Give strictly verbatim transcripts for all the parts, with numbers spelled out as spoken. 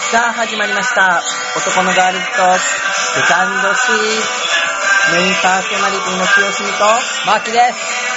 さあ始まりました。男のガールズトークセカンドシーメインパーソナリティの清澄とマキです。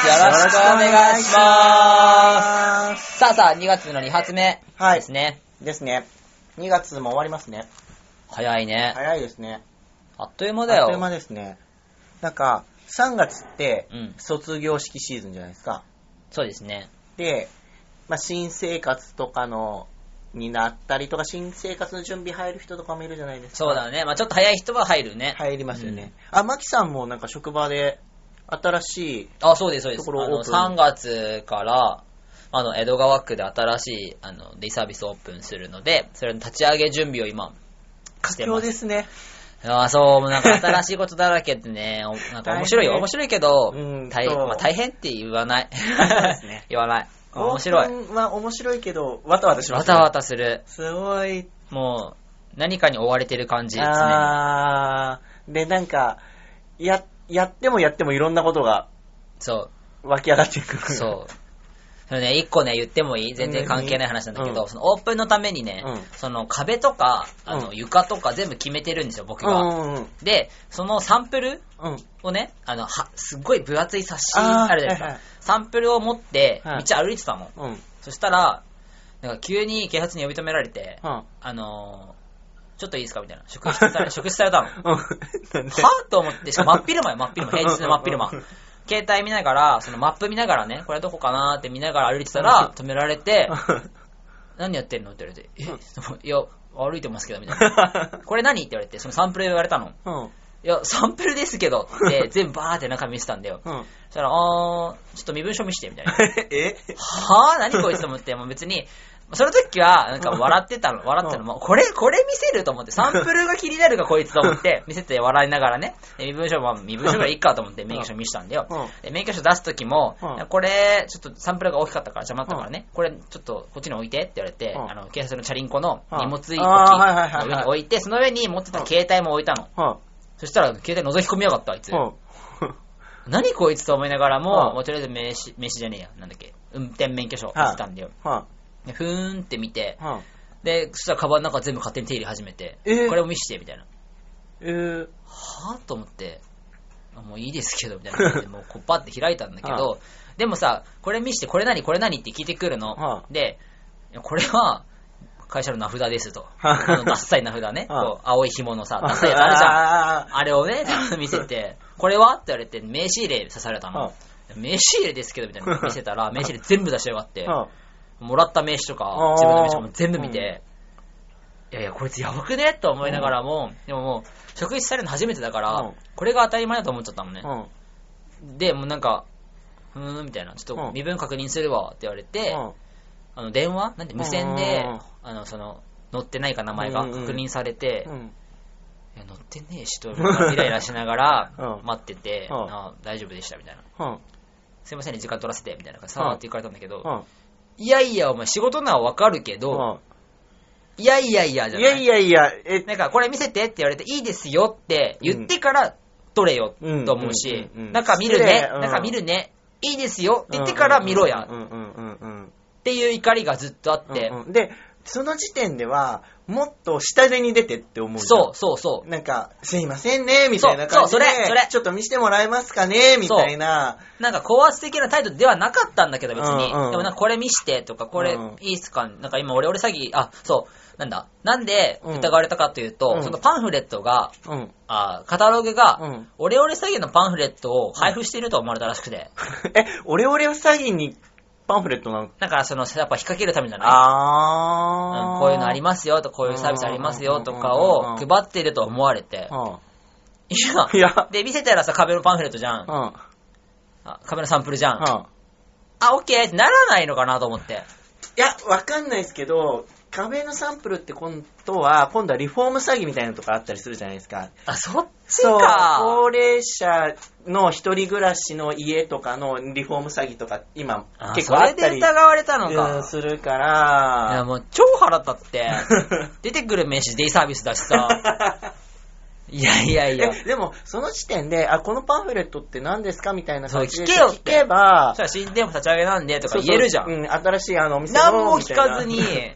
よろしくお願いします。さあさあにがつのに発目ですね。 はい、ですね。にがつも終わりますね。 早いね。 早いですね。 あっという間だよ。 あっという間ですね。なんかさんがつって卒業式シーズンじゃないですか。うん、 そうですね。 で、まあ、新生活とかのになったりとか、新生活の準備入る人とかもいるじゃないですか。 そうだね。まあちょっと早い人は入るね。 入りますよね。うん、あ、マキさんもなんか職場で新しいあ、そうですそうです。 ところをオープン。 あのさんがつからあの江戸川区で新しいあのデイサービスオープンするので、それの立ち上げ準備を今してます。 ですね。 あ、そう、なんか新しいことだらけってね、なんか面白いよ。面白いけど、うん、大, まあ、大変って言わない。 そうですね。 言わない。面白い。 まあ面白いけど、わたわたします、 ね。わたわたする。 すごい。 もう、何かに追われてる感じですね。 あー。で、なんか、や、やってもやってもいろんなことが、 そう。 湧き上がってくる。 そう。それね、一個ね、言ってもいい？全然関係ない話なんだけど、うん、そのオープンのためにね、うん、その壁とか、あの、床とか全部決めてるんですよ、僕が。うんうんうん、で、そのサンプルをね、あの、は、すっごい分厚い冊子あるじゃないですか。はいはい、サンプルを持って、道歩いてたの。はい、そしたら、なんか急に警察に呼び止められて、あのー、ちょっといいですかみたいな。職質され、職質されたの。はぁと思って、しかも真っ昼間よ、真っ昼間。平日の真っ昼間。携帯見ながら、そのマップ見ながらね、これどこかなーって見ながら歩いてたら、止められて、何やってんのって言われて、え、いや、歩いてますけど、みたいな。これ何って言われて、そのサンプル言われたの。うん、いや、サンプルですけど、って全部バーって中見せたんだよ。うん、そしたら、あー、ちょっと身分証見して、みたいな。えはぁ何こいつと思って、もう別に、その時は、なんか笑ってたの、笑ってたの、これ、これ見せると思って、サンプルが気になるかこいつと思って、見せて笑いながらね、身分証は、身分証がいいかと思って免許証見せたんだよ。で免許証出す時も、これ、ちょっとサンプルが大きかったから邪魔だったからね、これちょっとこっちに置いてって言われて、あの、警察のチャリンコの荷物置きの上に置いて、その上に持ってた携帯も置いたの。そしたら、携帯覗き込みやがった、あいつ。何こいつと思いながらも、もうとりあえず名刺、名刺じゃねえや、なんだっけ、運転免許証見せたんだよ。でふーんって見て、はあ、で、そしたらカバンの中全部勝手に手入れ始めて、えー、これを見してみたいな。えー、はぁと思って、もういいですけど、みたいな感じで、もうこうパッて開いたんだけど、はあ、でもさ、これ見して、これ何これ何って聞いてくるの。はあ、で、これは、会社の名札ですと。はあ、あのダッサい名札ね。はあ、こう青い紐のさ、ダッサいやつあるじゃん。あ, あれをね、見せて、これはって言われて、名刺入れさされたの。はあ、名刺入れですけど、みたいな見せたら、名刺入れ全部出しやがって、はあもらった名刺とか、自分の名刺とかも全部見て、うん、いやいや、こいつやばくねと思いながらも、うん、でももう、職質されるの初めてだから、うん、これが当たり前だと思っちゃったのね。うん、で、もうなんか、ふーん、みたいな、ちょっと身分確認するわって言われて、うん、あの、電話なんて無線で、あの、その、載ってないか名前が確認されて、うんうん、いや、載ってねえしと、イライラしながら、待ってて、うん、あ大丈夫でした、みたいな。うん、すいませんね、時間取らせて、みたいな感じで、さーって言われたんだけど、うんいやいや、お前仕事ならわかるけど、うん、いやいやいやじゃない。 いやいやいや、 え、なんかこれ見せてって言われていいですよって言ってから取れよと思うし、中見るね、うん、中見るね、いいですよって言ってから見ろやっていう怒りがずっとあって、 うんうん、で、その時点ではもっと下手に出てって思う。 そうそうそう。 なんかすいませんねみたいな感じで、そうそうそれそれちょっと見せてもらえますかねみたいな。 なんか高圧的な態度ではなかったんだけど別に、うんうん、でもなんかこれ見してとかこれいいっすか、なんか今俺俺詐欺あそうなんだなんで疑われたかというと、うん、そのパンフレットが、うん、あカタログが、うん、オレオレ詐欺のパンフレットを配布していると思われたらしくて、 えオレオレ詐欺にパンフレットなの？ だからそのやっぱ引っ掛けるためじゃない？あ、うん、こういうのありますよとこういうサービスありますよとかを配ってると思われて、いや、いやで見せたらさ壁のパンフレットじゃん、うん、あ壁のサンプルじゃん、うん、あオッケーってならないのかなと思って。 いやわかんないですけど壁のサンプルって今度は今度はリフォーム詐欺みたいなのとかあったりするじゃないですか。 あそっちか。 高齢者の一人暮らしの家とかのリフォーム詐欺とか今結構あったりそれで疑われたのかするから。 いやもう超腹立って出てくる名刺デイサービスだしさいやいやいやでもその時点であこのパンフレットって何ですかみたいな感じで聞けよって聞けばそしたら新店舗立ち上げなんでとか言えるじゃん。 そうそう、うん、新しいあのお店の何も聞かずに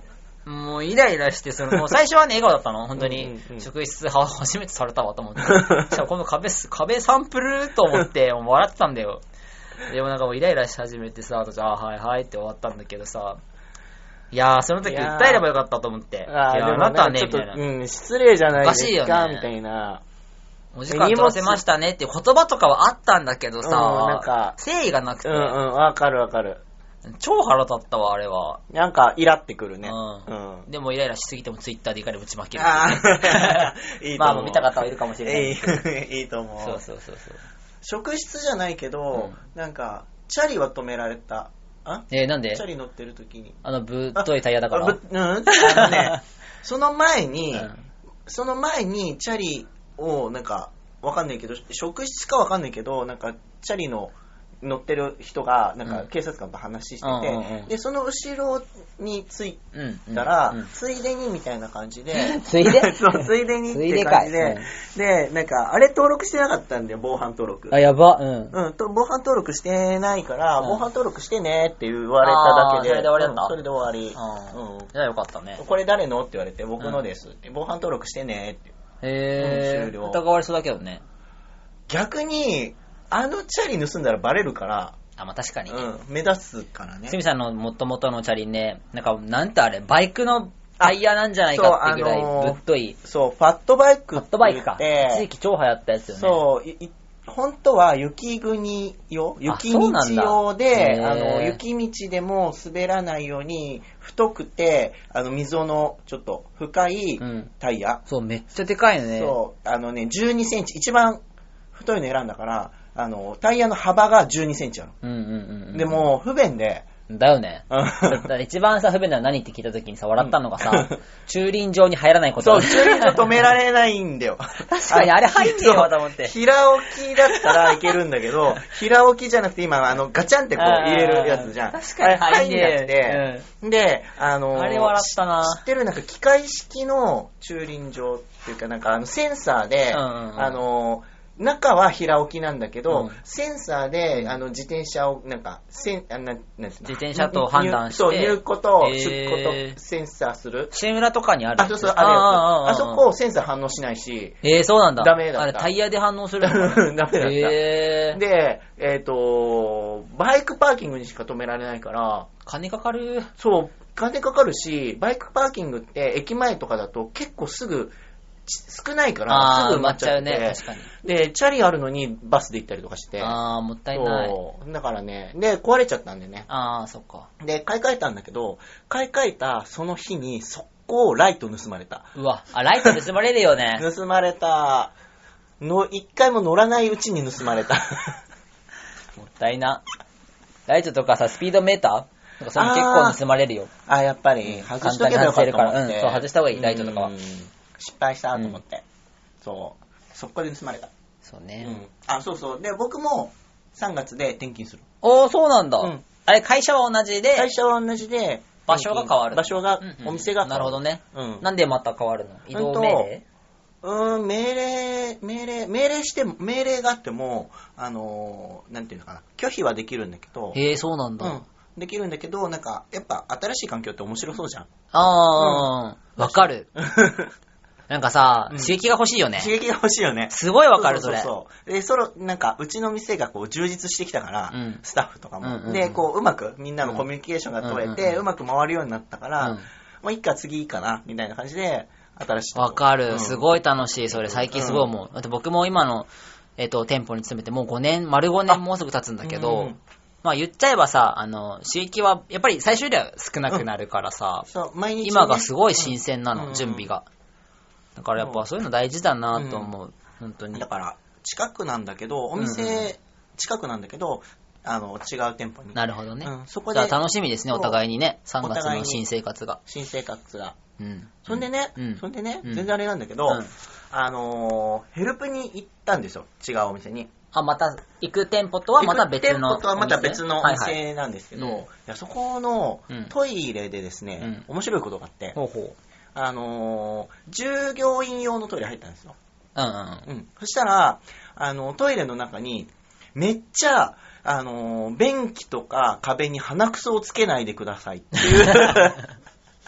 もうイライラして、その、もう最初はね、笑顔だったの。本当に。うんうんうん、職質は初めてされたわと思って。しかもこの壁、壁サンプルと思って、もう笑ってたんだよ。でもなんかもうイライラし始めてさ、私、あ、はいはいって終わったんだけどさ、いやー、その時訴えればよかったと思って。いやー、あなたはね、みたいな。 うん、失礼じゃないですか、 おかしいよね、 みたいな。 お時間取らせましたねっていう言葉とかはあったんだけどさ、 うん、なんか誠意がなくて。 うんうん、わかるわかる。 超腹立ったわ、あれは。 なんか、イラってくるね。 うん。うん、でも、イライラしすぎてもツイッターで怒りぶちまける、 ね。ああ、いいと思う。 まあ、もう見た方はいるかもしれない。 いい、いいと思う。 そうそうそうそう。 職質じゃないけど、うん、なんか、チャリは止められた。あえー、なんでチャリ乗ってる時に。 あの、ぶっといタイヤだから。 ぶうん。あのね、その前に、うん、その前に、チャリを、なんか、わかんないけど、職質かわかんないけど、なんか、チャリの、乗ってる人がなんか警察官と話してて、うんうんうん、でその後ろに着いたら、うんうんうん、ついでにみたいな感じでついでそうついでにって感じで、うん、でなんかあれ登録してなかったんだよ、防犯登録。 あ、やば。うん、 うん、と防犯登録してないから、うん、防犯登録してねって言われただけで、 それで終わりだった、 うん、それで終わり。 うん、じゃあよかったね。 これ誰のって言われて、僕のですって、防犯登録してねって。 へー、うん、終了。疑われそうだけどね。 逆にあのチャリ盗んだらバレるから、 あ、まあ確かにね。 うん、目立つからね。 すみさんの元々のチャリね、なんか、なんてあれ、バイクのタイヤなんじゃないかってぐらいぶっとい。 そう、ファットバイクって言って。 ファットバイクか。一時期超流行ったやつよね。 そう、い本当は雪国用、雪道用で、あの、雪道でも滑らないように、太くて、あの、溝のちょっと深いタイヤ。うん、 そう、めっちゃでかいね。 そう、あのね、じゅうにセンチ、一番太いの選んだから、あの、タイヤの幅がじゅうにセンチある。 うんうんうんうん、 でも、不便で。 だよね。だから一番さ、不便なの何って聞いた時にさ、笑ったのがさ、駐輪場に入らないこと。 そう、駐輪場止められないんだよ。 確かに、あれ入んねえよと思って。 平置きだったらいけるんだけど、平置きじゃなくて今、あの、ガチャンってこう入れるやつじゃん。 確かに入んねえ。 入んなくて、うん、で、あのー、 あれ笑ったな。 知ってるなんか機械式の駐輪場っていうか、なんかあの、センサーで、うんうんうん、あのー、中は平置きなんだけど、うん、センサーであの自転車をなんかせんあななん自転車と判断して、 そう入庫と出庫とセンサーする。 シェムラとかにある。 あ、そうそうあるやつ。あ, あそこセンサー反応しないし。 えー、そうなんだ。 ダメだった。 あれタイヤで反応するの？ ダメだった。 えー、 で、えっ、ー、とバイクパーキングにしか止められないから。 金かかる。 そう、金かかるし、バイクパーキングって駅前とかだと結構すぐ少ないからすぐ埋まっちゃって、 ね、確かに。 でチャリあるのにバスで行ったりとかして、 ああもったいない。 そうだからね、で壊れちゃったんでね。 ああそっか。 で買い替えたんだけど、買い替えたその日に速攻ライト盗まれた。 うわ、あライト盗まれるよね。 盗まれたの一回も乗らないうちに盗まれた。 もったいな。ライトとかさスピードメーターなんかそれ結構盗まれるよ。 ああやっぱり外しとけばよかったと思って。 うん、そう外した方がいいライトとかは。 失敗したと思って、うん、そうそこで盗まれた。 そうね、 うん、あそうそうで僕もさんがつで転勤する。 おおそうなんだ、うん、あれ会社は同じで会社は同じで場所が変わる。 場所が、うんうん、お店が変わる。 なるほどね、うん、なんでまた変わるの？移動命令？ うん、命令命令命令しても命令があってもあのー、なんていうのかな拒否はできるんだけど。 へえそうなんだ、うんできるんだけど、なんか、やっぱ新しい環境って面白そうじゃん。 ああ、わ、うん、かる。なんかさ、うん、刺激が欲しいよね。 刺激が欲しいよね。 すごいわかる、それ。 そうそうそう。で、その、なんか、うちの店がこう、充実してきたから、うん、スタッフとかも、うんうんうん。で、こう、うまく、みんなのコミュニケーションが取れて、うんうんうん、うまく回るようになったから、うん、もういっか、次いいかな、みたいな感じで、新しい。 わかる、うん。すごい楽しい、それ。最近すごい思う。だって僕も今の、えっと、店舗に勤めてもうごねん、丸ごねんもうすぐ経つんだけど、うんまあ言っちゃえばさ、あの、刺激は、やっぱり最初よりは少なくなるからさ、 うんそう毎日ね、 今がすごい新鮮なの、うん、準備が。だからやっぱそういうの大事だなと思う、うん、本当に。 だから、近くなんだけど、お店、うんうん、近くなんだけど、あの、違う店舗に。 なるほどね。 うん、そこで。 楽しみですね、お互いにね。さんがつの新生活が。 新生活が。 うん。 そんでね、うん、そんでね、 うん、 全然あれなんだけど、うん、あのー、ヘルプに行ったんですよ、違うお店に。 あ、また、行く店舗とはまた別の。 店舗とはまた別のお店なんですけど、はいはい、いやそこのトイレでですね、うん、面白いことがあって、 ほうほうあのー、従業員用のトイレ入ったんですよ。 うんうんうん。 うん、そしたら、あの、トイレの中に、めっちゃ、あのー、便器とか壁に鼻くそをつけないでくださいっていう、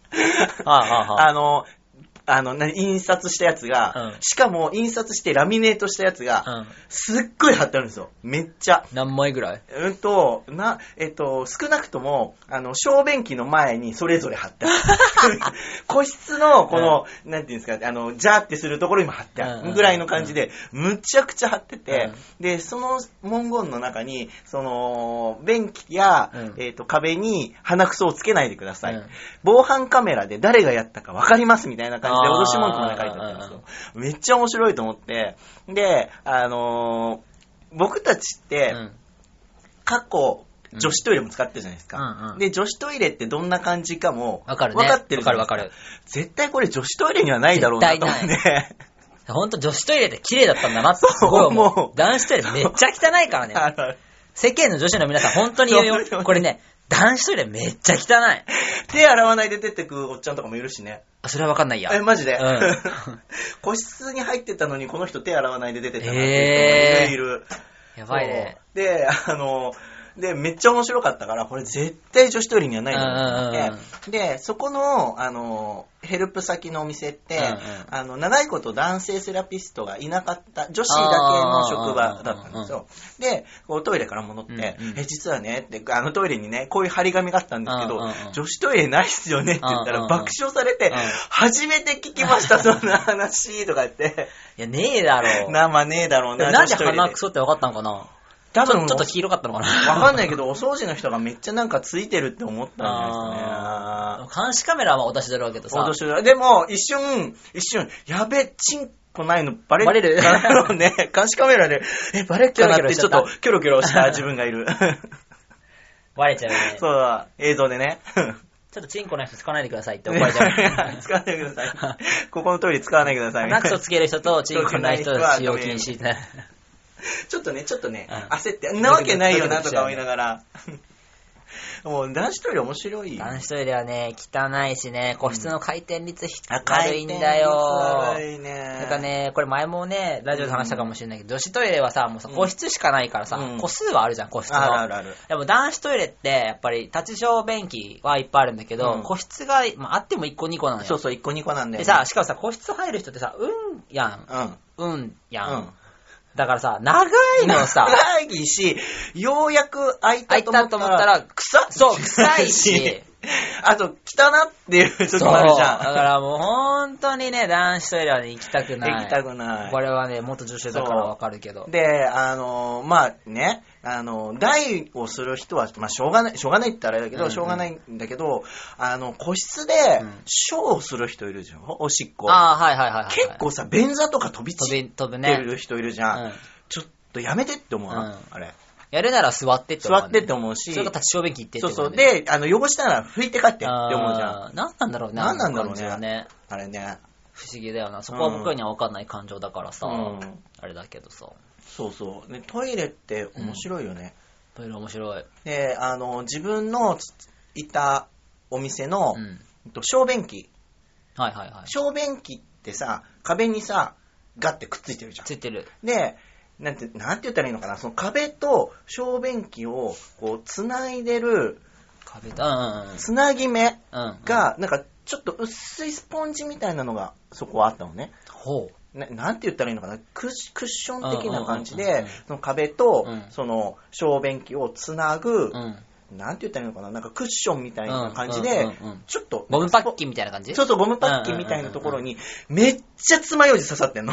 あああああの、あの、印刷したやつが、うん、しかも印刷してラミネートしたやつが、うん、すっごい貼ってあるんですよ。めっちゃ。 何枚ぐらい？ うんと、な、えっと、少なくとも、あの、小便器の前にそれぞれ貼ってある。個室の、この、うん、なんていうんですか、あの、ジャーってするところにも貼ってあるぐらいの感じで、むちゃくちゃ貼ってて、うん、で、その文言の中に、その、便器や、うん、えっと、壁に鼻くそをつけないでください。うん、防犯カメラで誰がやったかわかりますみたいな感じで、で、脅し文句まで書いてあったんですよ。めっちゃ面白いと思って。で、あのー、僕たちって、うん、過去、女子トイレも使ってるじゃないですか。うんうん、で、女子トイレってどんな感じかも、分かるね。分かってるじゃないですか。分かる分かる。絶対これ女子トイレにはないだろうなと思って。 ほんと女子トイレって綺麗だったんだなってすごい思う。男子トイレめっちゃ汚いからね。世間の女子の皆さん本当に言うよ。これね、男子トイレめっちゃ汚い。 手洗わないで出てくおっちゃんとかもいるしね。 あ、それはわかんないや。 え、マジで、うん、個室に入ってたのにこの人手洗わないで出てたなっていう人がいるいる。 やばいね。 で、あの、で、めっちゃ面白かったから、これ絶対女子トイレにはないと思って。で、そこの、あの、ヘルプ先のお店って、うんうん、あの、長いこと男性セラピストがいなかった、女子だけの職場だったんですよ。で、こうトイレから戻って、うんうん、え、実はね、って、あのトイレにね、こういう張り紙があったんですけど、女子トイレないっすよねって言ったら爆笑されて、初めて聞きました、そんな話、とか言って。 いや、ねえだろう。 な、まあねえだろうな。 なんで鼻くそって分かったのかな。多分ちょっと黄色かったのかな。 わかんないけど、お掃除の人がめっちゃなんかついてるって思ったんじゃないですかね。 監視カメラはお出しだろうけどさ。 お出しだ。でも、一瞬、一瞬、やべ、チンコないのバレる。バレるかなね。監視カメラで、え、バレっかなってちょっとキョロキョロした自分がいる。 バレちゃうよね。 そうだ、映像でね。 ちょっとチンコない人使わないでくださいって怒られちゃう。 使わないでください。ここのトイレ使わないでください。 鼻くそつける人とチンコない人は使用禁止。 ちょっとね、ちょっとね、うん、焦って、んなわけないよなとか思いながら。もう男子トイレ面白い。 男子トイレはね、汚いしね、個室の回転率悪いんだよ。 悪いね。 なんかね、これ前もね、ラジオで話したかもしれないけど、うん、女子トイレはさ、もうさ、個室しかないからさ、うん、個数はあるじゃん、個室の。 あるあるある。 でも男子トイレって、やっぱり立ち小便器はいっぱいあるんだけど、うん、個室が、まあ、あってもいっこにこなのよ。 そうそう、いっこにこなんだよ、ね。 でさ、しかもさ、個室入る人ってさ、うんやん。うん。うんやん。うんだからさ、長いのさ。 長いし、ようやく開いたと思ったら、 ったら臭そう、臭いし。 あと、汚なっていう時もあるじゃん。 だからもう本当にね、男子トイレはね、行きたくない。 行きたくない。 これはね、元女子だからわかるけど。 で、あの、まあね、あの、大をする人は、まあしょうがない、しょうがないって言ったらあれだけど、うんうん、しょうがないんだけど、あの、個室で、ショーをする人いるじゃん、おしっこ。 ああ、はいはいはい、はい。 結構さ、便座とか飛び散ってる人いるじゃん。 うん、 ちょっとやめてって思うな、うん、あれ。 やるなら座ってって思う、ね。 座ってって思うし。 それが立ち小便器行ってって思う、ね。 そうそう。で、あの、汚したら拭いて帰ってって思うじゃん。 何なんだろうね。 何なんだろうね。 ねあれね。 不思議だよな。そこは僕には分かんない感情だからさ。うん、あれだけどさ。 そうそう。ね、トイレって面白いよね。 うん、トイレ面白い。 で、あの、自分のいたお店の、うん、小便器。 はいはいはい。 小便器ってさ、壁にさ、ガッてくっついてるじゃん。 ついてる。 で、なんて、なんて言ったらいいのかな、その壁と小便器をこう繋いでる壁だ、 うんうん、つなぎ目が、なんかちょっと薄いスポンジみたいなのがそこはあったのね。 ほう。 な, なんて言ったらいいのかな、クッション的な感じで、その壁とその小便器をつなぐ、うん、なんて言ったらいいのかな、なんかクッションみたいな感じで、ちょっとゴムパッキンみたいな感じ。 そうそう、ゴムパッキンみたいなところにめっちゃ爪楊枝刺さってんの。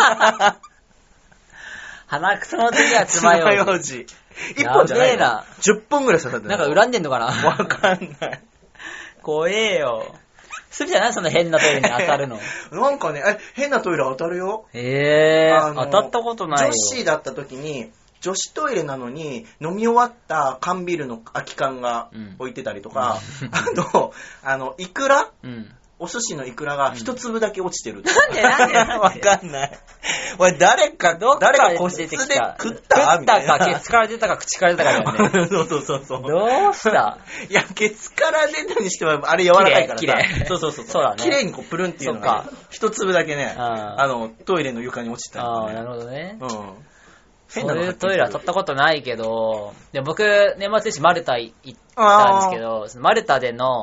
鼻くその次は爪楊枝。 一本じゃないの。じゅっぽんぐらい刺さってる。 なんか恨んでんのかな。 わかんない。 怖えよ。するじゃないその変なトイレに当たるの。 なんかね、え、変なトイレ当たるよ。 へー。当たったことないよ。 女子だった時に、女子トイレなのに飲み終わった缶ビールの空き缶が置いてたりとか、うん、あと、あの、イクラ、うんお寿司のイクラが一粒だけ落ちてる。 なんでなんでわかんない。おい、誰か、誰か個室で食ったみたいな。 食ったか、ケツから出たか、口から出たかだよね。 そうそうそうそう。 どうしたいや、ケツから出たにしては、あれ柔らかいからさ。 綺麗。 そうそうそう。 そうだね。 綺麗にこう、プルンっていうのが、一粒だけね、あの、トイレの床に落ちたりとか、ね。 ああ、なるほどね。 うん。 そういうトイレ当たったことないけど、で僕、年末年始マルタ行ったんですけど、マルタでの、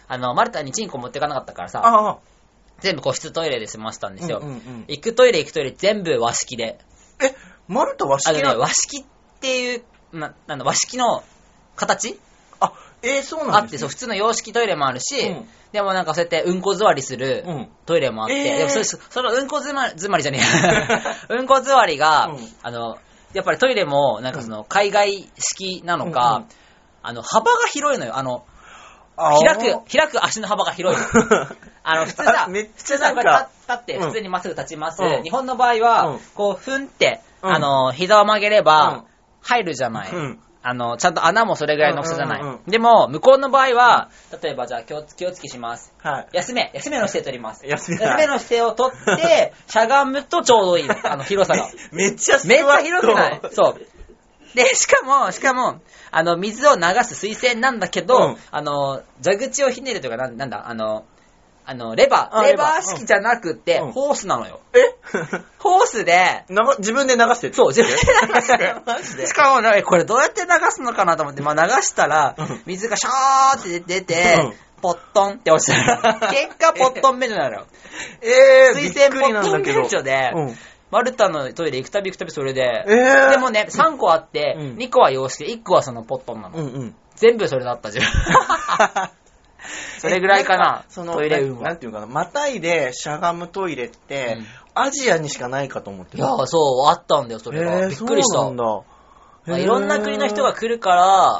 あの、マルタにチンコ持ってかなかったからさ、 ああ。 全部個室トイレで済ましたんですよ。 うんうんうん、 行くトイレ行くトイレ全部和式で。 え、マルタ和式なの？ あのね、和式っていう、な、なんだ、和式の形あ、えー、そうなんですね。 あって、そう、普通の洋式トイレもあるし、うん、でもなんかそうやってうんこ座りするトイレもあって、うんえー、でもそれそのうんこ詰まり、詰まりじゃねえうんこ座りが、うん、あの、やっぱりトイレもなんかその海外式なのか、うんうん、あの、幅が広いのよ。あの、開く、開く足の幅が広い。あの、普通さ、 めっちゃなんか立って、普通にまっすぐ立ちます。うん、日本の場合は、うん、こう、ふんって、うん、あの、膝を曲げれば、入るじゃない。うん、あの、ちゃんと穴もそれぐらいの大きさじゃない。うんうんうん、でも、向こうの場合は、例えばじゃあ気を、気をつけします。はい。休め、休めの姿勢取ります。休め。休めの姿勢を取って、しゃがむとちょうどいい。あの、広さが。 め, めっちゃめっちゃ広くない？そう。で、しかも、しかも、あの、水を流す水栓なんだけど、うん、あの、蛇口をひねるというか、な、なんだ、あの、あの、レバー、レバー式じゃなくて、うん、ホースなのよ。 えホースで、 自分で流してる？ そう、自分で流してる。マジで。しかも、ね、これどうやって流すのかなと思って、まあ流したら、水がシャーって出て、うん、ポットンって落ちたら、結果ポットン便所なのよ。 えー、 水栓ポットン便所で、うんマルタのトイレ行くたび行くたびそれで、えー、でもね、さんこあって、うん、にこは洋式で、いっこはそのポットンなの。うんうん、全部それだったじゃん。それぐらいかな、 そのトイレ運は。なんていうかな、またいでしゃがむトイレって、うん、アジアにしかないかと思っていや、そう、あったんだよ、それが。えー、びっくりした。そうなんだ。まあ、いろんな国の人が来るから、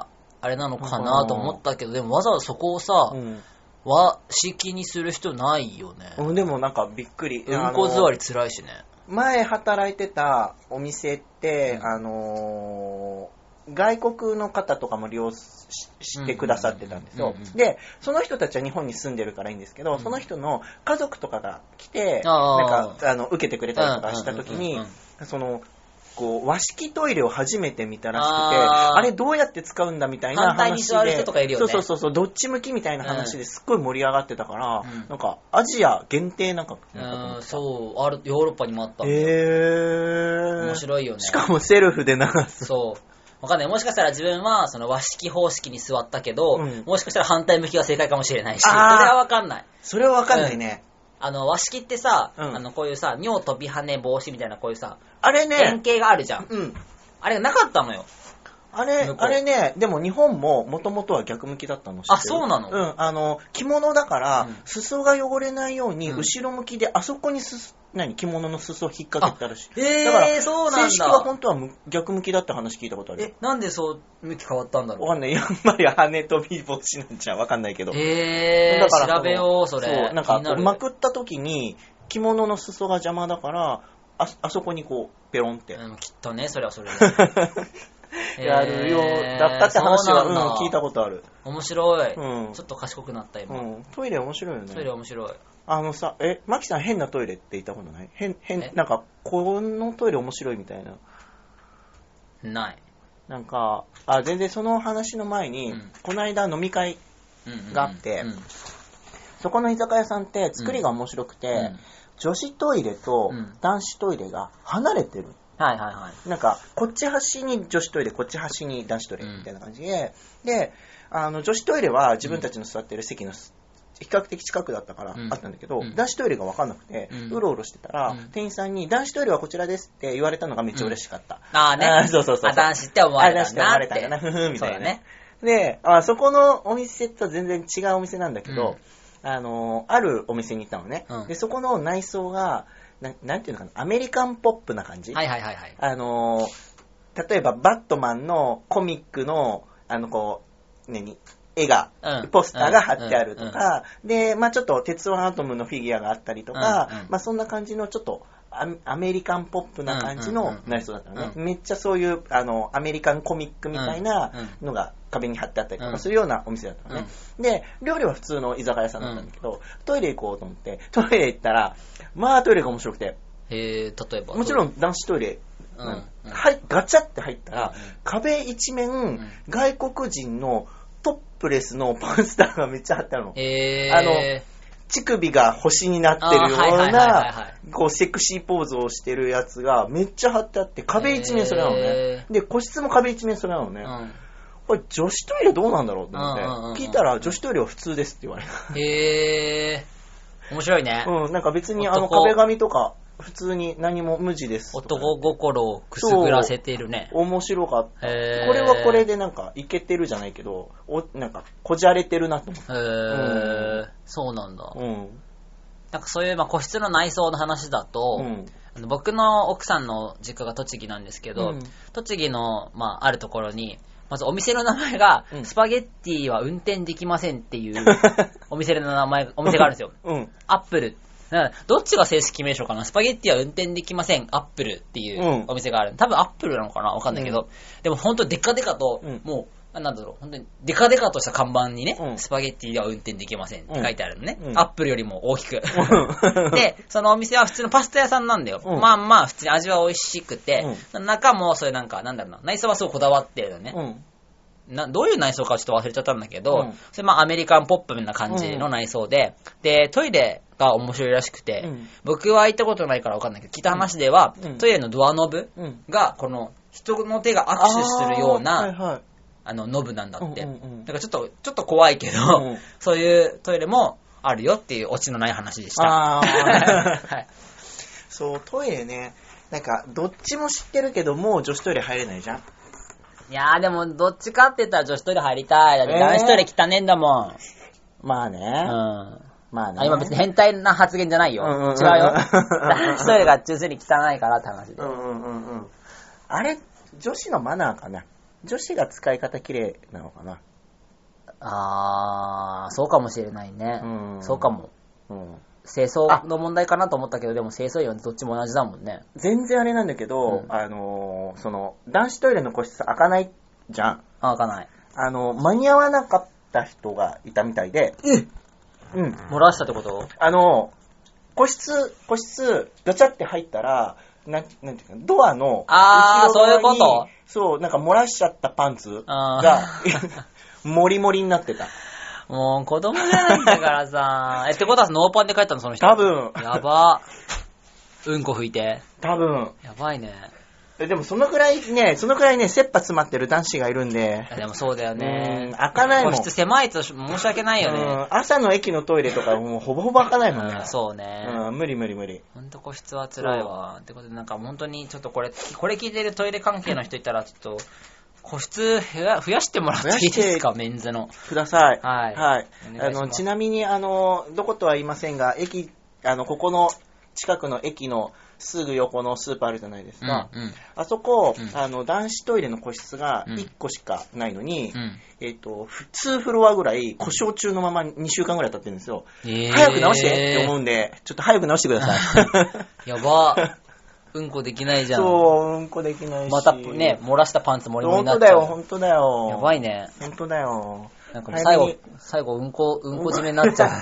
あれなのかなと思ったけど、でもわざわざそこをさ、うん和式にする人ないよね。 でもなんかびっくり。 うんこ座り辛いしね。 前働いてたお店って、うん、あのー、外国の方とかも利用してくださってたんですよ。で、その人たちは日本に住んでるからいいんですけど、うん、その人の家族とかが来て、なんか、あの、受けてくれたりとかした時に、その、こう和式トイレを初めて見たらしくて、あ, あれどうやって使うんだみたいな話で、反対に座る人とかいるよね。そうそうそう、どっち向きみたいな話ですっごい盛り上がってたから、うん、なんかアジア限定なんか、 うん、そうあるヨーロッパにもあったんだよ。 へー、 面白いよね。 しかもセルフで流す。 そう。わかんない。もしかしたら自分はその和式方式に座ったけど、うん、もしかしたら反対向きが正解かもしれないし、それはわかんない。 それはわかんないね。 うんあの、和式ってさ、うん、あの、こういうさ、尿飛び跳ね防止みたいなこういうさ、 あれね、 円形があるじゃん。うん。あれがなかったのよ。 あれ、あれね、でも日本ももともとは逆向きだったの。 あ、そうなの？ うん、あの、着物だから、うん、裾が汚れないように、後ろ向きで、あそこにす、何、着物の裾を引っ掛けてあるし。 えー、 だから、 そうなんだ。 正式は本当は逆向きだって話聞いたことある。 え、なんでそう向き変わったんだろう？ わかんない。やっぱり羽飛び防止なんじゃわかんないけど。 えー、だから調べよう、それ。 そう、なんか、まくった時に、着物の裾が邪魔だから、あ、あそこにこう、ペロンって。 うん、きっとね、それはそれで。やるようだったって話は、うん、聞いたことある。 面白い、うん。ちょっと賢くなった今、うん。 トイレ面白いよね。 トイレ面白い。 あのさ、え、マキさん変なトイレって言ったことない？変、変、なんか、このトイレ面白いみたいな。 ない。 なんか、あ、全然その話の前に、うん、この間飲み会があって、うんうんうん、そこの居酒屋さんって作りが面白くて、うん、女子トイレと男子トイレが離れてる。 うん、はいはいはい。 なんか、こっち端に女子トイレ、こっち端に男子トイレみたいな感じで、うん、で、あの、女子トイレは自分たちの座ってる席の比較的近くだったからあったんだけど、うん、男子トイレが分かんなくて、うん、うろうろしてたら、うん、店員さんに男子トイレはこちらですって言われたのがめっちゃ嬉しかった。 うん、ああね。 あそうそうそうそう。 あ、男子って思われたんだなって。男子って思われたんだな、ふふみたいなね。で、あそこのお店と全然違うお店なんだけど、うん、あの、あるお店に行ったのね。うん、で、そこの内装が、な, なんていうのかな、アメリカンポップな感じ。 はいはいはいはい。 あの、例えばバットマンのコミックの、あの、こう、何絵が、うん、ポスターが貼ってあるとか、うん、で、まあちょっと鉄腕アトムのフィギュアがあったりとか、うんうん、まあそんな感じのちょっとアメリカンポップな感じの内装だったのね、うんうんうん。めっちゃそういうあのアメリカンコミックみたいなのが壁に貼ってあったりとかするようなお店だったのね。うん、で、料理は普通の居酒屋さんだったんだけど、うん、トイレ行こうと思って、トイレ行ったら、まあトイレが面白くて。 へー、例えばもちろん男子トイレ。うんうん、はい、ガチャって入ったら、うん、壁一面、うん、外国人のトップレスのパンスターがめっちゃ貼ってあるの。 えー、 あの、乳首が星になってるような、こう、セクシーポーズをしてるやつがめっちゃ貼ってあって、壁一面それなのね。えー、で、個室も壁一面それなのね。うん、 これ女子トイレどうなんだろうと思って、うんうんうんうん、聞いたら女子トイレは普通ですって言われた。 へー。面白いね。 うん、なんか別にあの壁紙とか、普通に何も無地です。 男心をくすぐらせているね。 面白かった。これはこれでなんかイケてるじゃないけど、おなんかこじゃれてるなと思って。へー、 うん、そうなんだ。うん。なんかそういうまあ個室の内装の話だと、うん、あの僕の奥さんの実家が栃木なんですけど、うん、栃木のまああるところに、まずお店の名前が、うん、スパゲッティは運転できませんっていうお店の名前、お店があるんですよ。うん、アップル。どっちが正式名称かな。スパゲッティは運転できません。アップルっていうお店がある。多分アップルなのかなわかんないけど。うん、でも本当デカデカと、うん、もう、なんだろう、本当にデカデカとした看板にね、うん、スパゲッティは運転できませんって書いてあるのね。うん、アップルよりも大きく。で、そのお店は普通のパスタ屋さんなんだよ。うん、まあまあ、普通に味は美味しくて、うん、中もそういうなんか、なんだろうな、内装はすごいこだわってるのね。うんなどういう内装かちょっと忘れちゃったんだけど、うん、それまあアメリカンポップな感じの内装で、うん、で、トイレが面白いらしくて、うん、僕は行ったことないから分かんないけど、聞いた話では、うん、トイレのドアノブが、この人の手が握手するような、あ,、はいはい、あのノブなんだって。うんうんうん、だからちょっと、ちょっと怖いけど、うん、そういうトイレもあるよっていうオチのない話でした。あはい、そう、トイレね、なんか、どっちも知ってるけど、もう女子トイレ入れないじゃん。 いやーでもどっちかって言ったら女子トイレ入りたい。だって男子トイレ汚ねえんだもん。 まあね。うん。 まあね。あ今別に変態な発言じゃないよ。うんうんうん、違うよ。男子トイレが純粋に汚いからって話で。うんうんうんうん。あれ、女子のマナーかな。女子が使い方綺麗なのかな。 あー、そうかもしれないね。うん、そうかも。うん。清掃の問題かなと思ったけど、でも清掃員はどっちも同じだもんね。 全然あれなんだけど、うん、あのー、その、男子トイレの個室開かないじゃん。 あ、開かない。 あの、間に合わなかった人がいたみたいで。 えうん。漏らしたってこと？ あの、個室、個室、ガチャって入ったら、ななんていうか、ドアの、 あー、そういうこと？ そう、なんか漏らしちゃったパンツが、もりもりになってた。 もう子供じゃないんだからさ。え、ってことはノーパンで帰ったのその人？ 多分。 やば。うんこ拭いて。 多分。 やばいね。 え、でもそのくらいね、そのくらいね、切羽詰まってる男子がいるんで。 でもそうだよね。 うん、開かないもん。 個室狭いと申し訳ないよね。うん、 朝の駅のトイレとかもうほぼほぼ開かないもんね。 うん、そうね。 うん、無理無理無理。 ほんと個室は辛いわ。ってことでなんか本当にちょっとこれ、これ聞いてるトイレ関係の人いたらちょっと、個室増や、増やしてもらっていいですか、メンズの。 ください。 はい。 はい。あの、ちなみに、あの、どことは言いませんが、駅、あの、ここの近くの駅のすぐ横のスーパーあるじゃないですか。うんうん、あそこ、うん、あの、男子トイレの個室がいっこしかないのに、うん、えっと、にフロアぐらい故障中のままにしゅうかんぐらい経ってるんですよ。えー、早く直してって思うんで、ちょっと早く直してください。やば。うんこできないじゃん。 そう、うんこできないし。 またね、漏らしたパンツもりもりになっちゃう。ほんとだよ、ほんとだよ。 やばいね。 ほんとだよ。 なんかもう最後、最後、うんこ、うんこ締めになっちゃう。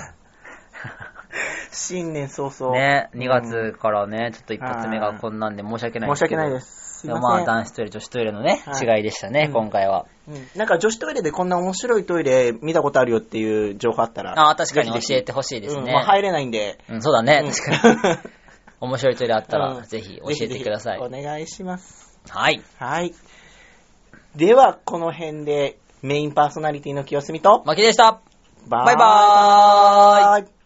新年早々。 ね、にがつからね、ちょっと一発目がこんなんで申し訳ないですけど。申し訳ないです。すいません。 まあ、男子トイレ、女子トイレのね、はい、違いでしたね、うん、今回は、 うん。なんか女子トイレでこんな面白いトイレ見たことあるよっていう情報あったら。 ああ、確かに教えてほしいですね。うん、 まあ、入れないんで。 うん、そうだね、うん、確かに。面白いトイレあったら、うん、ぜひ教えてください。 ぜひぜひお願いします。 はい。 はい。では、この辺でメインパーソナリティの清澄と、 マキでした。 バイバーイ。